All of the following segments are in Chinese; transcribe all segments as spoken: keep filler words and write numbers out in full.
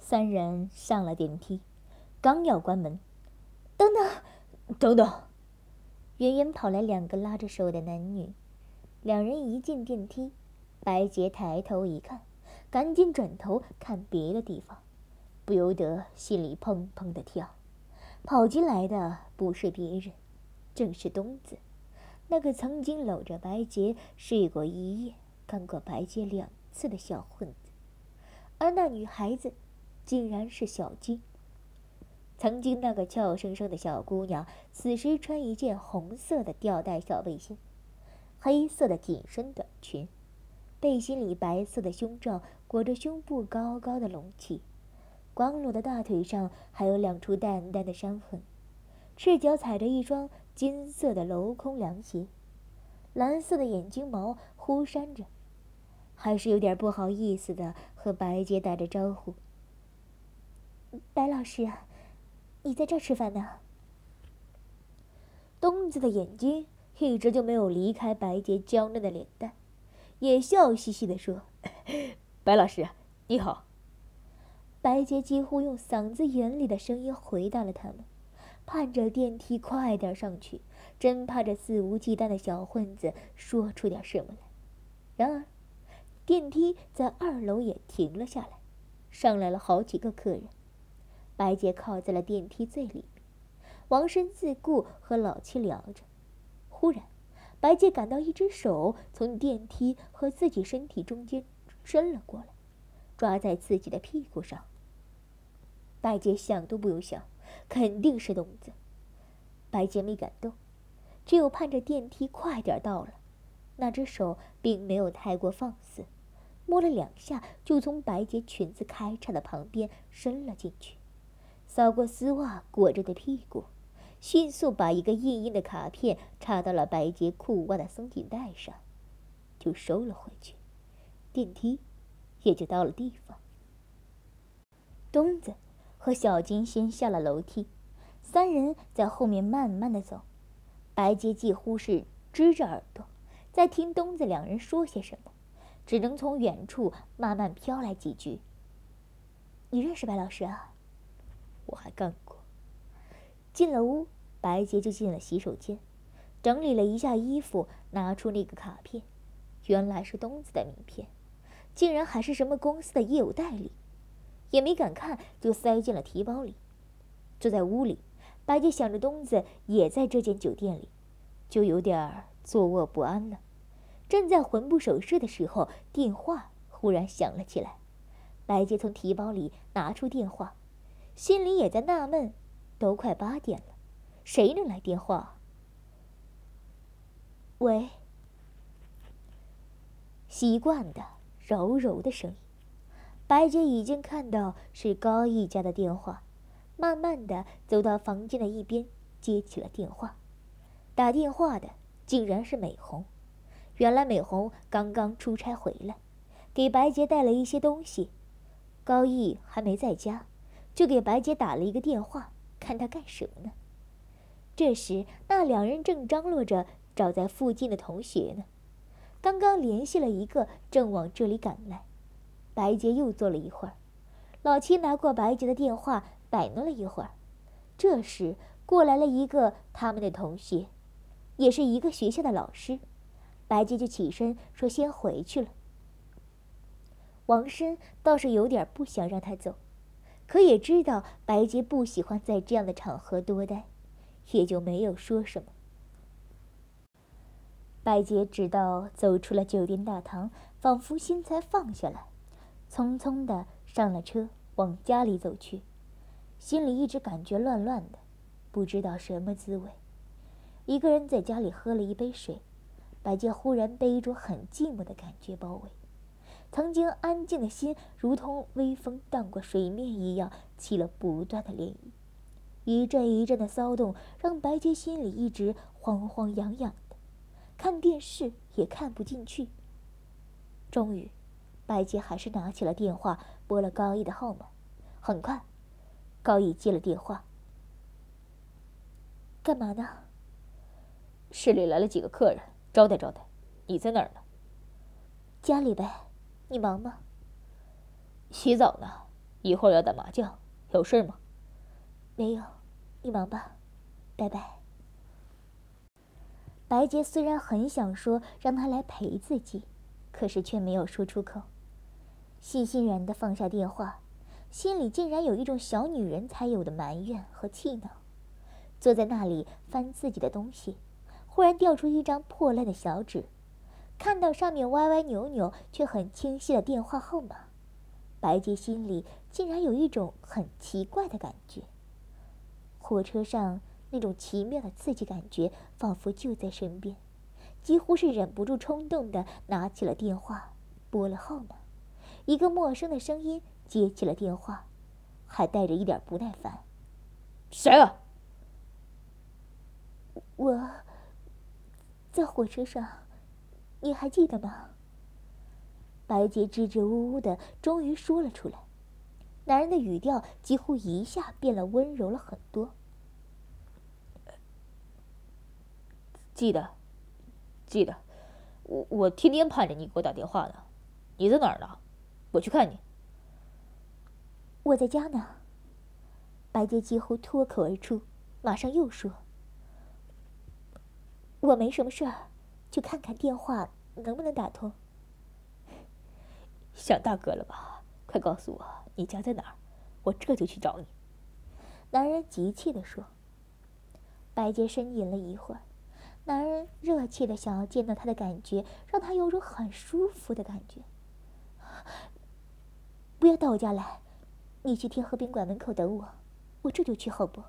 三人上了电梯，刚要关门，等等，等等！远远跑来两个拉着手的男女。两人一进电梯，白洁抬头一看，赶紧转头看别的地方，不由得心里砰砰的跳。跑进来的不是别人，正是东子，那个曾经搂着白洁睡过一夜、干过白洁两次的小混子。而那女孩子竟然是小金。曾经那个俏生生的小姑娘，此时穿一件红色的吊带小背心，黑色的紧身短裙，背心里白色的胸罩裹着胸部高高的隆起，光裸的大腿上还有两处淡淡的伤痕，赤脚踩着一双金色的镂空凉鞋，蓝色的眼睛毛忽闪着，还是有点不好意思的和白洁打着招呼：“白老师啊，你在这儿吃饭呢？”东子的眼睛一直就没有离开白洁娇嫩的脸蛋，也笑嘻嘻地说：“白老师，你好。”白洁几乎用嗓子眼里的声音回答了他们，盼着电梯快点上去，真怕这肆无忌惮的小混子说出点什么来。然而，电梯在二楼也停了下来，上来了好几个客人。白洁靠在了电梯最里面，王生自顾和老七聊着。忽然，白洁感到一只手从电梯和自己身体中间伸了过来，抓在自己的屁股上。白洁想都不用想，肯定是东子。白洁没敢动，只有盼着电梯快点到了。那只手并没有太过放肆，摸了两下就从白洁裙子开叉的旁边伸了进去，扫过丝袜裹着的屁股，迅速把一个硬硬的卡片插到了白洁裤袜的松紧带上，就收了回去。电梯也就到了地方。东子和小金先下了楼梯，三人在后面慢慢的走。白洁几乎是支着耳朵在听东子两人说些什么，只能从远处慢慢飘来几句：“你认识白老师啊？”“我还干过。”进了屋，白洁就进了洗手间，整理了一下衣服，拿出那个卡片，原来是东子的名片，竟然还是什么公司的业务代理，也没敢看，就塞进了提包里。坐在屋里，白洁想着东子也在这间酒店里，就有点坐卧不安了。正在魂不守舍的时候，电话忽然响了起来。白洁从提包里拿出电话，心里也在纳闷，都快八点了，谁能来电话？喂。习惯的柔柔的声音。白洁已经看到是高毅家的电话，慢慢的走到房间的一边，接起了电话。打电话的竟然是美红。原来美红刚刚出差回来，给白洁带了一些东西。高毅还没在家，就给白洁打了一个电话，看他干什么呢。这时那两人正张罗着找在附近的同学呢，刚刚联系了一个，正往这里赶来。白洁又坐了一会儿，老七拿过白洁的电话摆弄了一会儿。这时过来了一个他们的同学，也是一个学校的老师。白洁就起身说先回去了。王生倒是有点不想让他走，可也知道白洁不喜欢在这样的场合多待，也就没有说什么。白洁直到走出了酒店大堂，仿佛心才放下来，匆匆地上了车，往家里走去，心里一直感觉乱乱的，不知道什么滋味。一个人在家里喝了一杯水，白洁忽然被一种很寂寞的感觉包围，曾经安静的心如同微风荡过水面一样，起了不断的涟漪。一阵一阵的骚动让白洁心里一直慌慌痒痒的，看电视也看不进去。终于白洁还是拿起了电话，拨了高毅的号码。很快高毅接了电话。干嘛呢？市里来了几个客人，招待招待。你在哪儿呢？家里呗。你忙吗？洗澡呢。 一会儿要打麻将，有事吗？没有，你忙吧，拜拜。白洁虽然很想说让他来陪自己，可是却没有说出口。悻悻然地放下电话，心里竟然有一种小女人才有的埋怨和气恼。坐在那里翻自己的东西，忽然掉出一张破烂的小纸，看到上面歪歪扭扭却很清晰的电话号码，白洁心里竟然有一种很奇怪的感觉。火车上那种奇妙的刺激感觉仿佛就在身边，几乎是忍不住冲动地拿起了电话，拨了号码。一个陌生的声音接起了电话，还带着一点不耐烦：“谁啊？”“我在火车上，你还记得吗？”白洁支支吾吾的终于说了出来，男人的语调几乎一下变了温柔了很多。“记得，记得，我我天天盼着你给我打电话呢。你在哪儿呢？我去看你。”“我在家呢。”白洁几乎脱口而出，马上又说：“我没什么事儿，就看看电话能不能打通。”“想大哥了吧？快告诉我你家在哪儿，我这就去找你。”男人急切地说。白洁呻吟了一会儿，男人热切的想要见到他的感觉让他有种很舒服的感觉。“不要到我家来，你去天河宾馆门口等我，我这就去，好不？”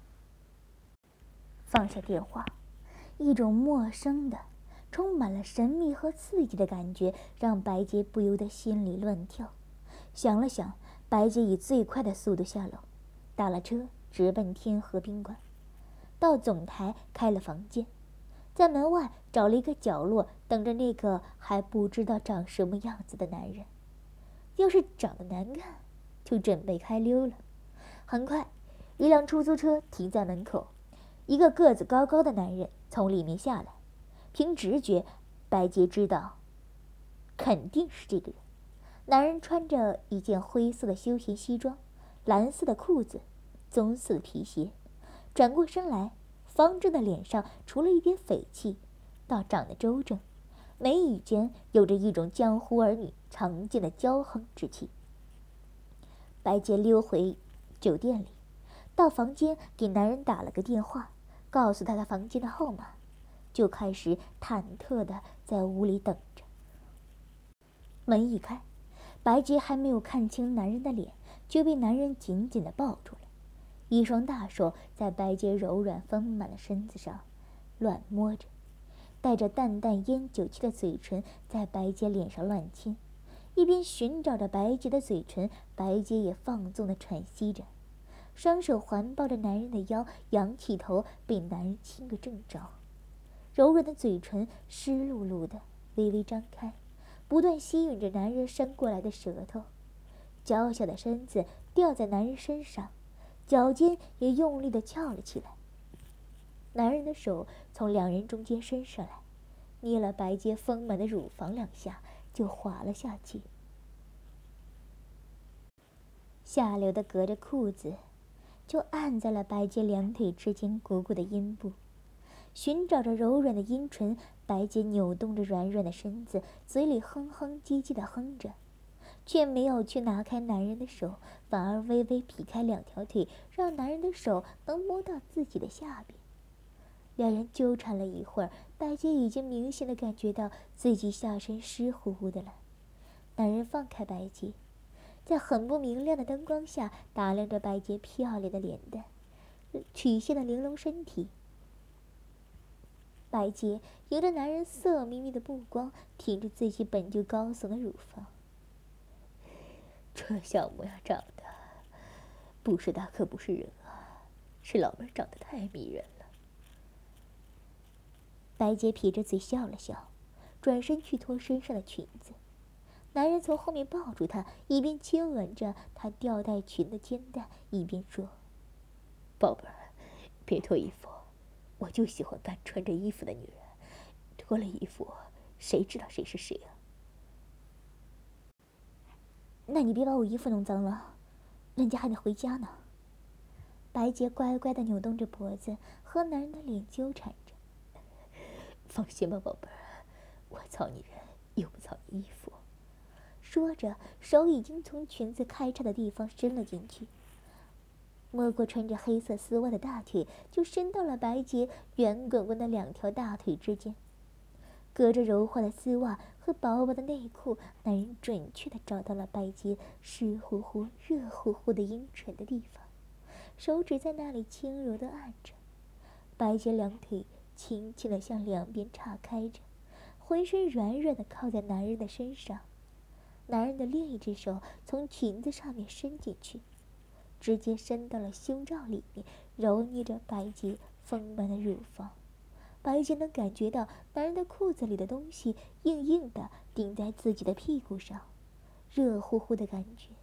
放下电话，一种陌生的充满了神秘和刺激的感觉让白洁不由得心里乱跳。想了想，白洁以最快的速度下楼，打了车直奔天河宾馆，到总台开了房间，在门外找了一个角落等着那个还不知道长什么样子的男人。要是长得难看，就准备开溜了。很快，一辆出租车停在门口，一个个子高高的男人从里面下来。凭直觉，白洁知道肯定是这个人。男人穿着一件灰色的休闲西装，蓝色的裤子，棕色的皮鞋。转过身来，方正的脸上除了一点匪气，倒长得周正，眉宇间有着一种江湖儿女常见的骄横之气。白洁溜回酒店里，到房间给男人打了个电话，告诉他他房间的号码，就开始忐忑地在屋里等着。门一开，白洁还没有看清男人的脸，就被男人紧紧地抱住了，一双大手在白洁柔软丰满的身子上乱摸着，带着淡淡烟酒气的嘴唇在白洁脸上乱亲。一边寻找着白洁的嘴唇，白洁也放纵地喘息着，双手环抱着男人的腰，仰起头被男人亲个正着。柔软的嘴唇湿漉漉的微微张开，不断吸吮着男人伸过来的舌头。娇小的身子吊在男人身上，脚尖也用力地翘了起来。男人的手从两人中间伸上来，捏了白洁丰满的乳房两下，就滑了下去，下流的隔着裤子，就按在了白洁两腿之间鼓鼓的阴部。寻找着柔软的阴唇，白洁扭动着软软的身子，嘴里哼哼唧唧地哼着，却没有去拿开男人的手，反而微微劈开两条腿，让男人的手能摸到自己的下边。两人纠缠了一会儿，白洁已经明显的感觉到自己下身湿乎乎的了。男人放开白洁，在很不明亮的灯光下打量着白洁漂亮的脸蛋，曲线的玲珑身体。白洁迎着男人色眯眯的目光，挺着自己本就高耸的乳房。这小模样长得不是大可不是人啊，是老妹长得太迷人了。白洁撇着嘴笑了笑，转身去脱身上的裙子。男人从后面抱住她，一边亲吻着她吊带裙的肩带，一边说：“宝贝儿，别脱衣服，我就喜欢干穿着衣服的女人，脱了衣服，谁知道谁是谁啊？”“那你别把我衣服弄脏了， 人家还得回家呢。白洁乖乖地扭动着脖子，和男人的脸纠缠着。放心吧，宝贝儿，我操你人，又不操你衣服。说着，手已经从裙子开叉的地方伸了进去，摸过穿着黑色丝袜的大腿，就伸到了白洁圆滚滚的两条大腿之间。隔着柔滑的丝袜和薄薄的内裤，男人准确地找到了白洁湿乎乎、热乎乎的阴唇的地方，手指在那里轻柔地按着。白洁两腿轻轻地向两边岔开着，浑身软软地靠在男人的身上。男人的另一只手从裙子上面伸进去，直接伸到了胸罩里面，揉捏着白洁丰满的乳房。白洁能感觉到男人的裤子里的东西硬硬的顶在自己的屁股上，热乎乎的感觉。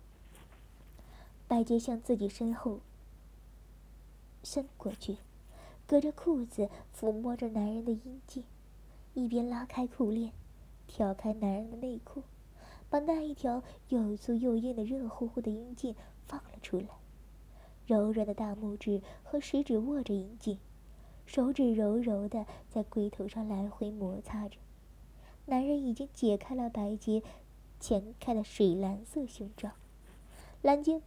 白洁向自己身后伸过去，隔着裤子抚摸着男人的阴茎，一边拉开裤链，挑开男人的内裤，把那一条又粗又硬的热乎乎的阴茎放了出来。柔软的大拇指和食指握着阴茎，手指柔柔的在龟头上来回摩擦着。男人已经解开了白洁前开的水蓝色胸罩，蓝鲸。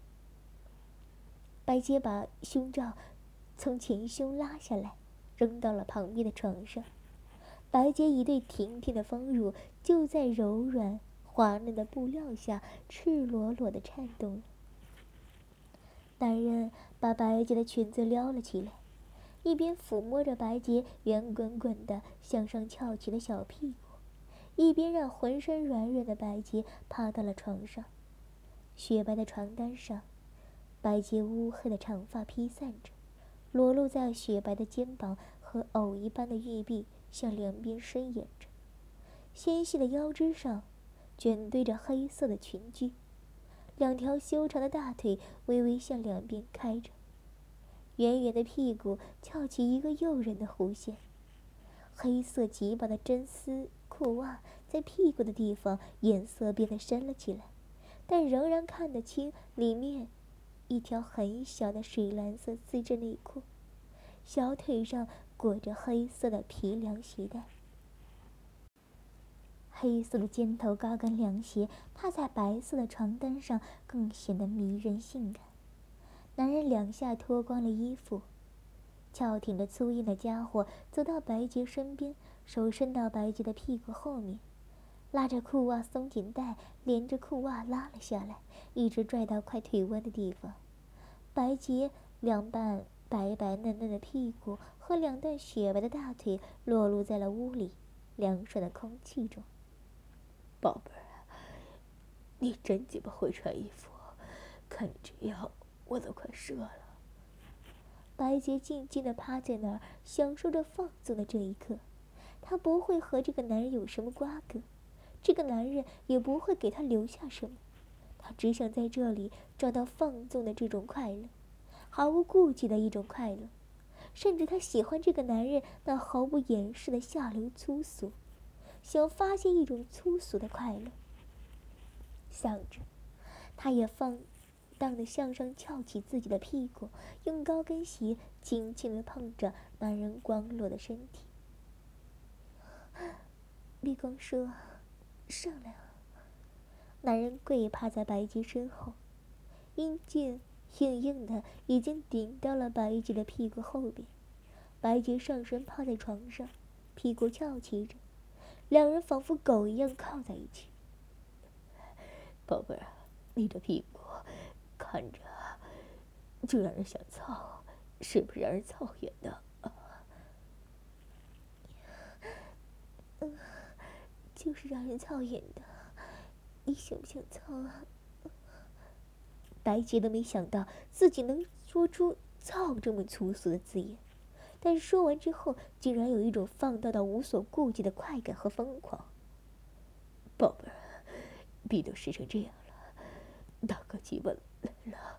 白洁把胸罩从前胸拉下来，扔到了旁边的床上。白洁一对挺挺的丰乳就在柔软滑嫩的布料下赤裸裸地颤动了。男人把白洁的裙子撩了起来，一边抚摸着白洁圆滚滚的向上翘起的小屁股，一边让浑身软软的白洁趴到了床上。雪白的床单上，白洁乌黑的长发披散着，裸露在雪白的肩膀和藕一般的玉臂向两边伸延着，纤细的腰肢上卷堆着黑色的裙裾，两条修长的大腿微微向两边开着，圆圆的屁股翘起一个诱人的弧线。黑色极薄的真丝裤袜在屁股的地方颜色变得深了起来，但仍然看得清里面一条很小的水蓝色丝质内裤，小腿上裹着黑色的皮凉鞋带。黑色的尖头高跟凉鞋踏在白色的床单上，更显得迷人性感。男人两下脱光了衣服，翘挺着粗硬的家伙走到白洁身边，手伸到白洁的屁股后面，拉着裤袜松紧带，连着裤袜拉了下来，一直拽到快腿弯的地方。白洁两半白白嫩嫩的屁股和两段雪白的大腿裸露在了屋里凉爽的空气中。宝贝儿，你真鸡巴会穿衣服，看你这样，我都快射了。白洁静静地趴在那儿，享受着放纵的这一刻。她不会和这个男人有什么瓜葛，这个男人也不会给她留下什么。她只想在这里找到放纵的这种快乐，毫无顾忌的一种快乐。甚至她喜欢这个男人那毫无掩饰的下流粗俗，想发现一种粗俗的快乐。想着，她也放荡地向上翘起自己的屁股，用高跟鞋轻轻地碰着男人光裸的身体。李光说：“上来啊！”男人跪趴在白洁身后，阴茎硬硬的已经顶到了白洁的屁股后边。白洁上身趴在床上，屁股翘起着，两人仿佛狗一样靠在一起。宝贝儿，你的屁股看着就让人想操，是不是让人操远的？嗯，就是让人操远的。你想不想操啊？白洁都没想到自己能说出“操”这么粗俗的字眼，但说完之后，竟然有一种放荡到无所顾忌的快感和疯狂。宝贝儿，逼都湿成这样了，大哥鸡巴来了。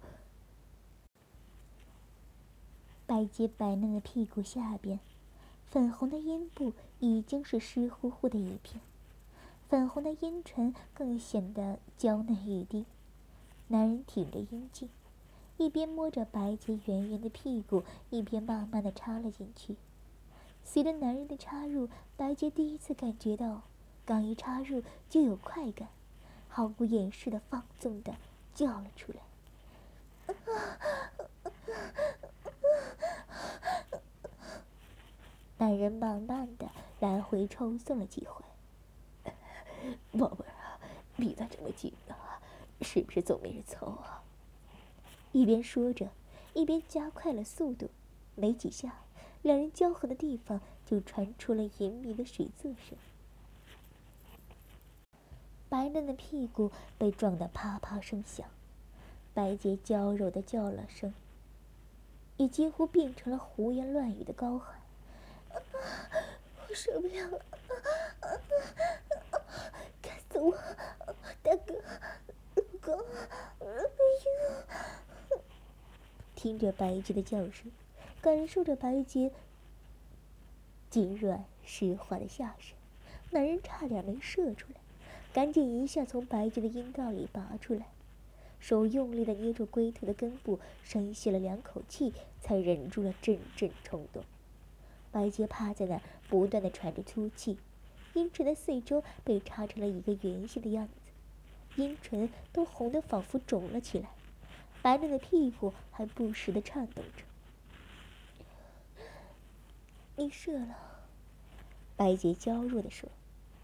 白洁白嫩的屁股下边，粉红的阴部已经是湿乎乎的一片，粉红的阴唇更显得娇嫩欲滴。 男人挺着阴茎，一边摸着白洁圆圆的屁股，一边慢慢的插了进去。随着男人的插入，白洁第一次感觉到刚一插入就有快感，毫不掩饰的放纵的叫了出来。男人慢慢的来回抽送了几回。宝贝儿啊，离得这么近啊，是不是总没人凑啊？一边说着，一边加快了速度。没几下，两人交合的地方就传出了隐秘的水渍声。白嫩的屁股被撞得啪啪声响，白洁娇柔的叫了声，也几乎变成了胡言乱语的高喊：“啊、我受不了了！啊啊、干死我！大哥，老公，哎呦！”听着白洁的叫声，感受着白洁紧软湿滑的下身，男人差点没射出来，赶紧一下从白洁的阴道里拔出来，手用力的捏住龟头的根部，深吸了两口气，才忍住了阵阵冲动。白洁趴在那儿，不断的喘着粗气，阴唇的四周被插成了一个圆形的样子，阴唇都红得仿佛肿了起来，白嫩的屁股还不时的颤抖着。你射了，白洁娇弱的说。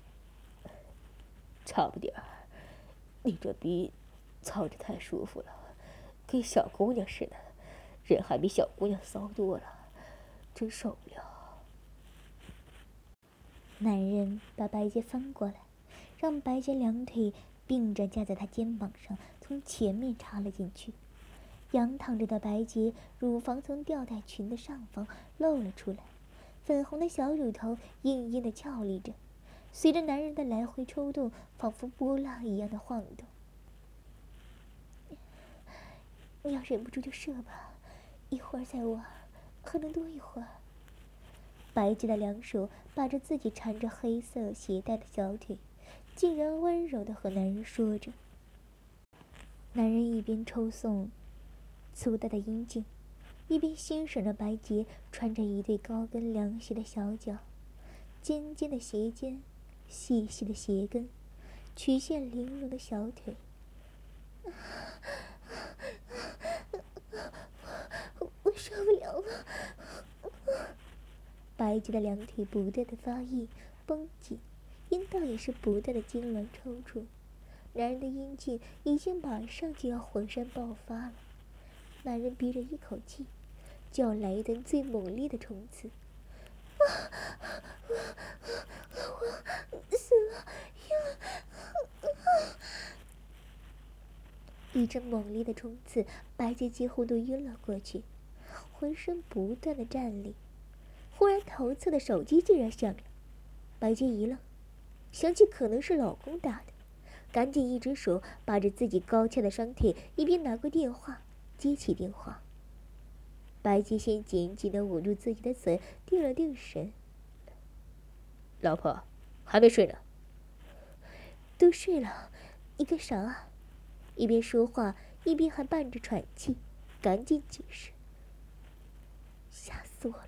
差不点儿，你这逼操着太舒服了，跟小姑娘似的，人还比小姑娘骚多了，真受不了。男人把白洁翻过来，让白洁两腿并着架在他肩膀上，从前面插了进去。仰躺着的白洁乳房从吊带裙的上方露了出来，粉红的小乳头硬硬的翘立着，随着男人的来回抽动，仿佛波浪一样的晃动。你要忍不住就射吧，一会儿再玩，还能多一会儿。白洁的两手把着自己缠着黑色鞋带的小腿，竟然温柔地和男人说着。男人一边抽送粗大的阴茎，一边欣赏着白洁穿着一对高跟凉鞋的小脚，尖尖的鞋尖，细细的鞋跟，曲线玲珑的小腿。我受不了了！白洁的两腿不断的发硬绷紧，阴道也是不断的痉挛抽搐。男人的阴茎已经马上就要浑身爆发了，男人憋着一口气，就要来一顿最猛烈的冲刺。啊！我死了！一阵猛烈的冲刺，白洁几乎都晕了过去，浑身不断的站立。忽然头侧的手机竟然响了，白洁一愣，想起可能是老公打的，赶紧一只手把着自己高翘的双腿，一边拿过电话接起电话。白洁先紧紧地捂住自己的嘴，定了定神。老婆，还没睡呢？都睡了，你干啥啊？一边说话一边还伴着喘气，赶紧解释。吓死我了！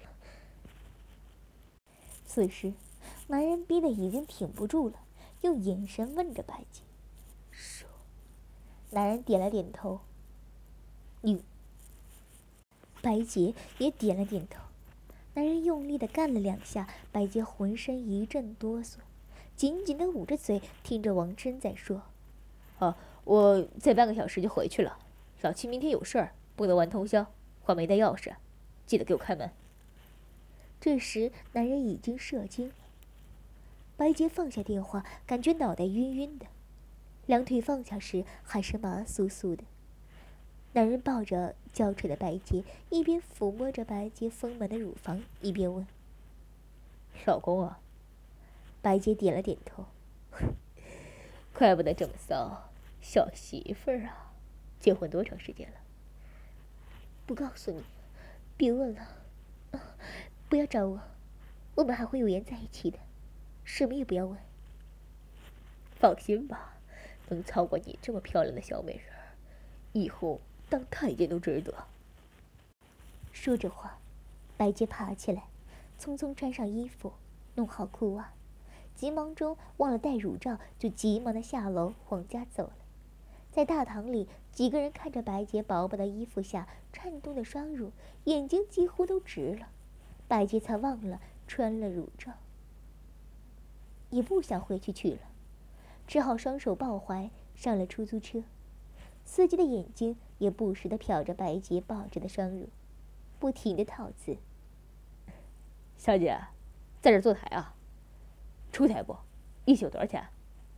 此时，男人逼得已经挺不住了，用眼神问着白洁：“说。”男人点了点头。你。白洁也点了点头。男人用力地干了两下，白洁浑身一阵哆嗦，紧紧地捂着嘴，听着王琛在说：“哦，我再半个小时就回去了。老七明天有事儿，不能玩通宵，我没带钥匙，记得给我开门。”这时，男人已经射精了。白洁放下电话，感觉脑袋晕晕的，两腿放下时还是麻酥酥的。男人抱着娇喘的白洁，一边抚摸着白洁丰满的乳房，一边问：“老公啊？”白洁点了点头。怪不得这么骚，小媳妇儿啊！结婚多长时间了？不告诉你，别问了，啊，不要找我，我们还会有缘在一起的，什么也不要问。放心吧，能操过你这么漂亮的小美人， 以后当太监都值得。说着话，白洁爬起来，匆匆穿上衣服，弄好裤袜，急忙中忘了戴乳罩，就急忙的下楼往家走了。在大堂里，几个人看着白洁薄薄的衣服下颤动的双乳，眼睛几乎都直了。白洁才忘了穿了乳罩，也不想回去取了，只好双手抱怀上了出租车。司机的眼睛也不时地瞟着白洁抱着的双乳，不停地套词：“小姐，在这坐台啊？出台不？一宿多少钱？”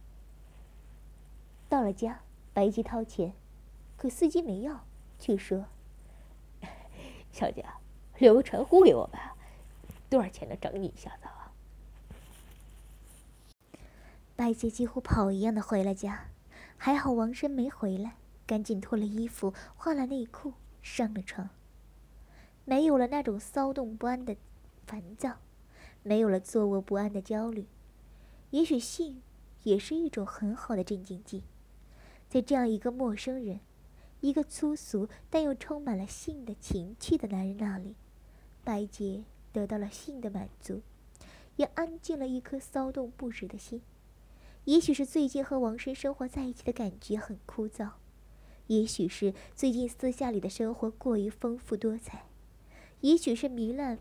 到了家，白洁掏钱，可司机没要，却说：“小姐，留个传呼给我们，多少钱能整你一下子啊？”白洁几乎跑一样的回了家，还好王生没回来，赶紧脱了衣服，换了内裤，上了床。没有了那种骚动不安的烦躁，没有了坐卧不安的焦虑，也许性也是一种很好的镇静剂。在这样一个陌生人，一个粗俗但又充满了性的情趣的男人那里，白洁得到了性的满足，也安静了一颗骚动不止的心。也许是最近和王生生活在一起的感觉很枯燥，也许是最近私下里的生活过于丰富多彩，也许是糜烂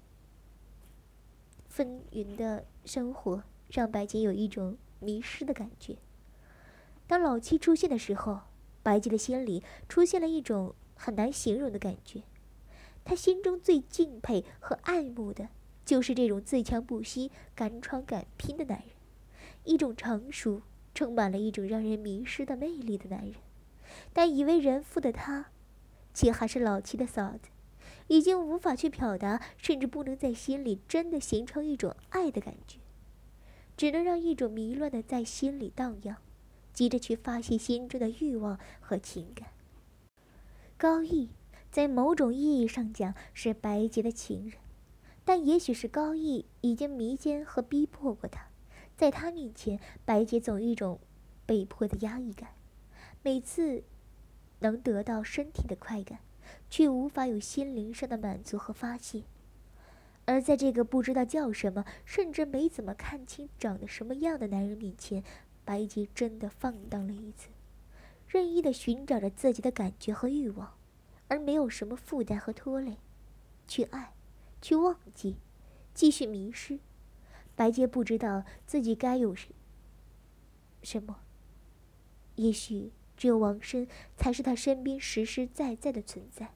纷纭的生活让白洁有一种迷失的感觉。当老七出现的时候，白洁的心里出现了一种很难形容的感觉。他心中最敬佩和爱慕的就是这种自强不息、敢闯敢拼的男人，一种成熟、充满了一种让人迷失的魅力的男人。但以为人妇的他，却还是老七的嫂子，已经无法去表达，甚至不能在心里真的形成一种爱的感觉，只能让一种迷乱的在心里荡漾，急着去发泄心中的欲望和情感。高义在某种意义上讲是白洁的情人，但也许是高义已经迷奸和逼迫过他，在他面前，白洁总有一种被迫的压抑感，每次能得到身体的快感，却无法有心灵上的满足和发泄。而在这个不知道叫什么，甚至没怎么看清长得什么样的男人面前，白洁真的放荡了一次，任意的寻找着自己的感觉和欲望，而没有什么负担和拖累，去爱，去忘记，继续迷失。白洁不知道自己该有什么，也许只有王生才是他身边实实在在的存在，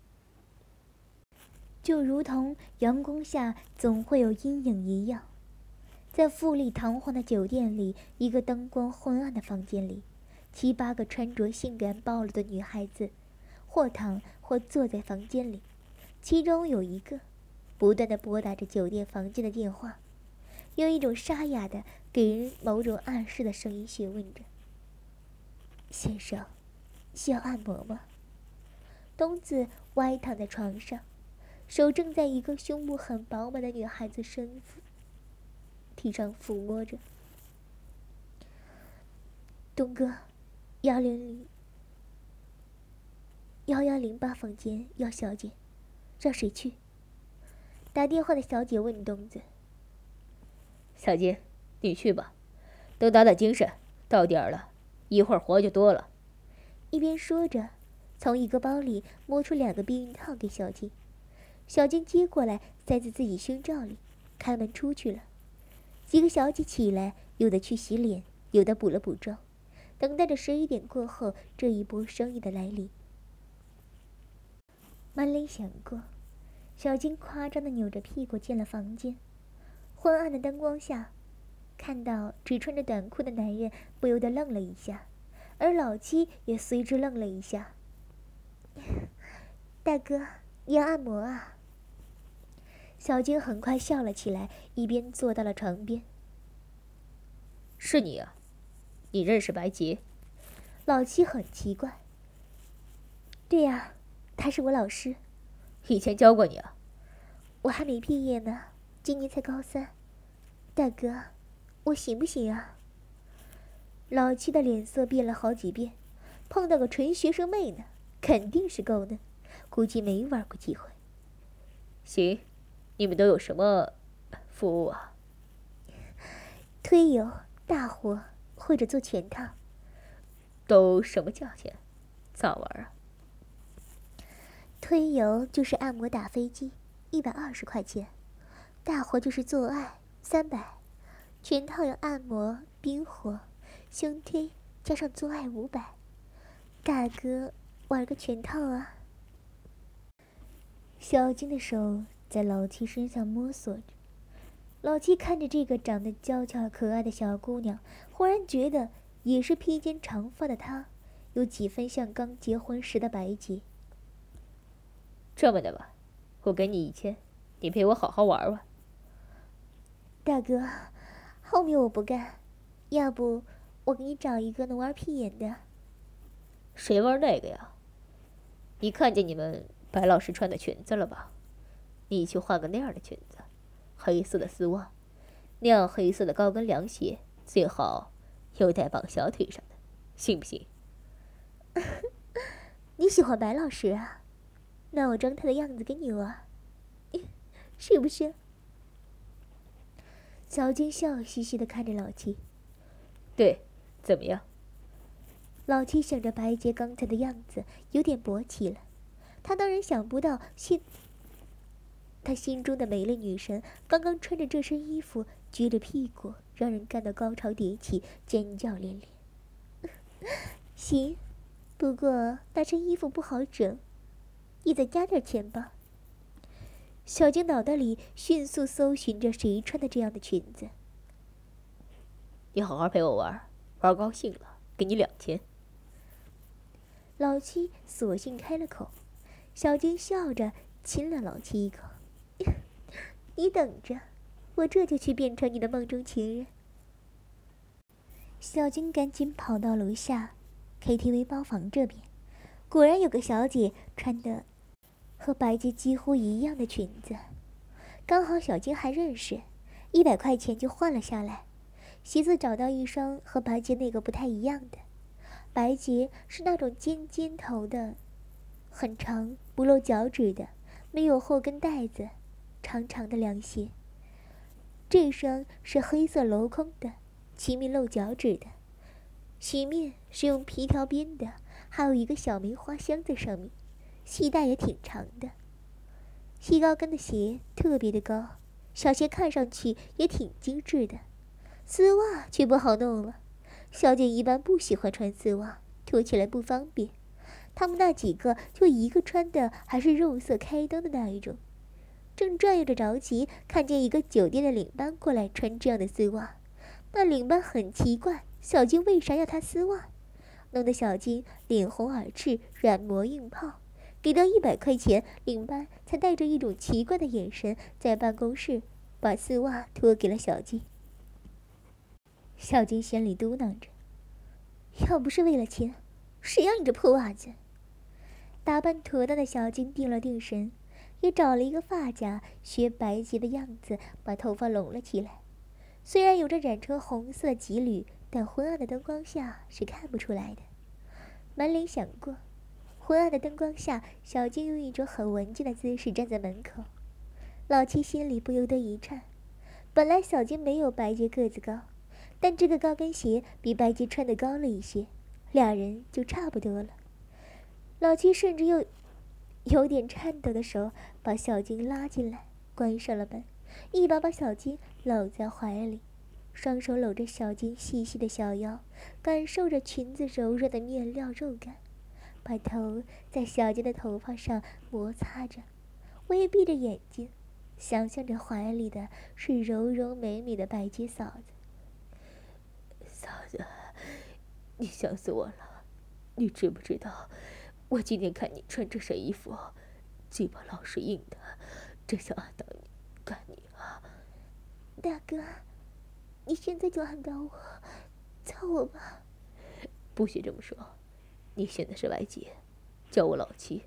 就如同阳光下总会有阴影一样。在富丽堂皇的酒店里，一个灯光昏暗的房间里，七八个穿着性感暴露的女孩子，或躺或坐在房间里，其中有一个不断地拨打着酒店房间的电话，用一种沙哑的、给人某种暗示的声音询问着：“先生，需要按摩吗？”东子歪躺在床上，手正在一个胸部很饱满的女孩子身体上抚摸着。东哥，幺零零幺幺零八房间要小姐，让谁去？打电话的小姐问东子。小姐，你去吧，都打打精神，到点儿了，一会儿活就多了。一边说着，从一个包里摸出两个避孕套给小静。小静接过来，塞在自己胸罩里，开门出去了。几个小姐起来，有的去洗脸，有的补了补妆，等待着十一点过后这一波生意的来临。门铃响过，小静夸张地扭着屁股进了房间。昏暗的灯光下，看到只穿着短裤的男人，不由得愣了一下，而老七也随之愣了一下。大哥，你要按摩啊？小静很快笑了起来，一边坐到了床边。是你啊？你认识白洁？老七很奇怪。对呀，他是我老师。以前教过你啊？我还没毕业呢，今年才高三。大哥，我行不行啊？老七的脸色变了好几遍， 碰到个纯学生妹呢，肯定是够嫩，估计没玩过几回。 行，你们都有什么服务啊？ 推油、大活或者做全套。 都什么价钱？咋玩啊？ 推油就是按摩打飞机，一百二十块钱；大活就是做爱，三百；全套有按摩、冰火、胸推加上做爱五百。大哥，玩个全套啊！小金的手在老七身上摸索着，老七看着这个长得娇俏可爱的小姑娘，忽然觉得也是披肩长发的她，有几分像刚结婚时的白洁。 这么的吧，我给你一千，你陪我好好玩玩。 大哥，后面我不干，要不我给你找一个能玩屁眼的。 谁玩那个呀？你看见你们白老师穿的裙子了吧？你去换个那样的裙子，黑色的丝袜，那样黑色的高跟凉鞋，最好有带绑小腿上的，信不信？ 你喜欢白老师啊？那我装他的样子给你玩，是不是？小金笑嘻嘻地看着老七。 对，怎么样？ 老七想着白洁刚才的样子，有点勃起了。他当然想不到心，他心中的美丽女神刚刚穿着这身衣服，撅着屁股，让人感到高潮迭起，尖叫连连。行，不过那身衣服不好整，你再加点钱吧。小金脑袋里迅速搜寻着谁穿的这样的裙子。 你好好陪我玩，玩高兴了，给你两千。 老七索性开了口，小金笑着亲了老七一口。你等着，我这就去变成你的梦中情人。小金赶紧跑到楼下 K T V 包房这边，果然有个小姐穿的和白洁几乎一样的裙子，刚好小金还认识，一百块钱就换了下来。席子找到一双和白洁那个不太一样的，白洁是那种尖尖头的，很长不露脚趾的，没有后跟带子，长长的凉鞋。这双是黑色镂空的，齐面露脚趾的，鞋面是用皮条编的，还有一个小梅花香在上面，系带也挺长的。细高跟的鞋特别的高，小鞋看上去也挺精致的，丝袜却不好弄了。小姐一般不喜欢穿丝袜，脱起来不方便。他们那几个就一个穿的还是肉色开灯的那一种，正转悠着着急，看见一个酒店的领班过来穿这样的丝袜。那领班很奇怪，小金为啥要他丝袜，弄得小金脸红耳赤，软磨硬泡。给到一百块钱，领班才带着一种奇怪的眼神，在办公室把丝袜脱给了小金。小金心里嘟囔着：要不是为了钱，谁要你这破袜子？打扮妥当的小金定了定神，也找了一个发夹，学白洁的样子，把头发拢了起来。虽然有着染成红色的几缕，但昏暗的灯光下是看不出来的。满脸想过，昏暗的灯光下，小金用一种很文静的姿势站在门口。老七心里不由得一颤。本来小金没有白洁个子高，但这个高跟鞋比白洁穿得高了一些，俩人就差不多了。老七甚至又有点颤抖的手把小金拉进来，关上了门，一把把小金搂在怀里，双手搂着小金细细的小腰，感受着裙子柔软的面料肉感，把头在小金的头发上摩擦着，微闭着眼睛，想象着怀里的是柔柔美美的白洁嫂子。 嫂子，你想死我了，你知不知道，我今天看你穿这身衣服，鸡巴老是硬的，真想按到你，干你啊！ 大哥，你现在就按到我，操我吧！ 不许这么说，你现在是白洁，叫我老七。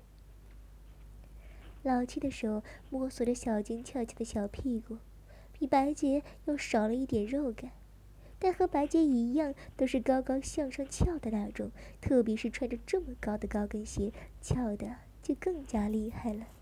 老七的手摸索着小金翘起的小屁股，比白洁又少了一点肉感， 但和白洁一样，都是高高向上翘的那种，特别是穿着这么高的高跟鞋，翘的就更加厉害了。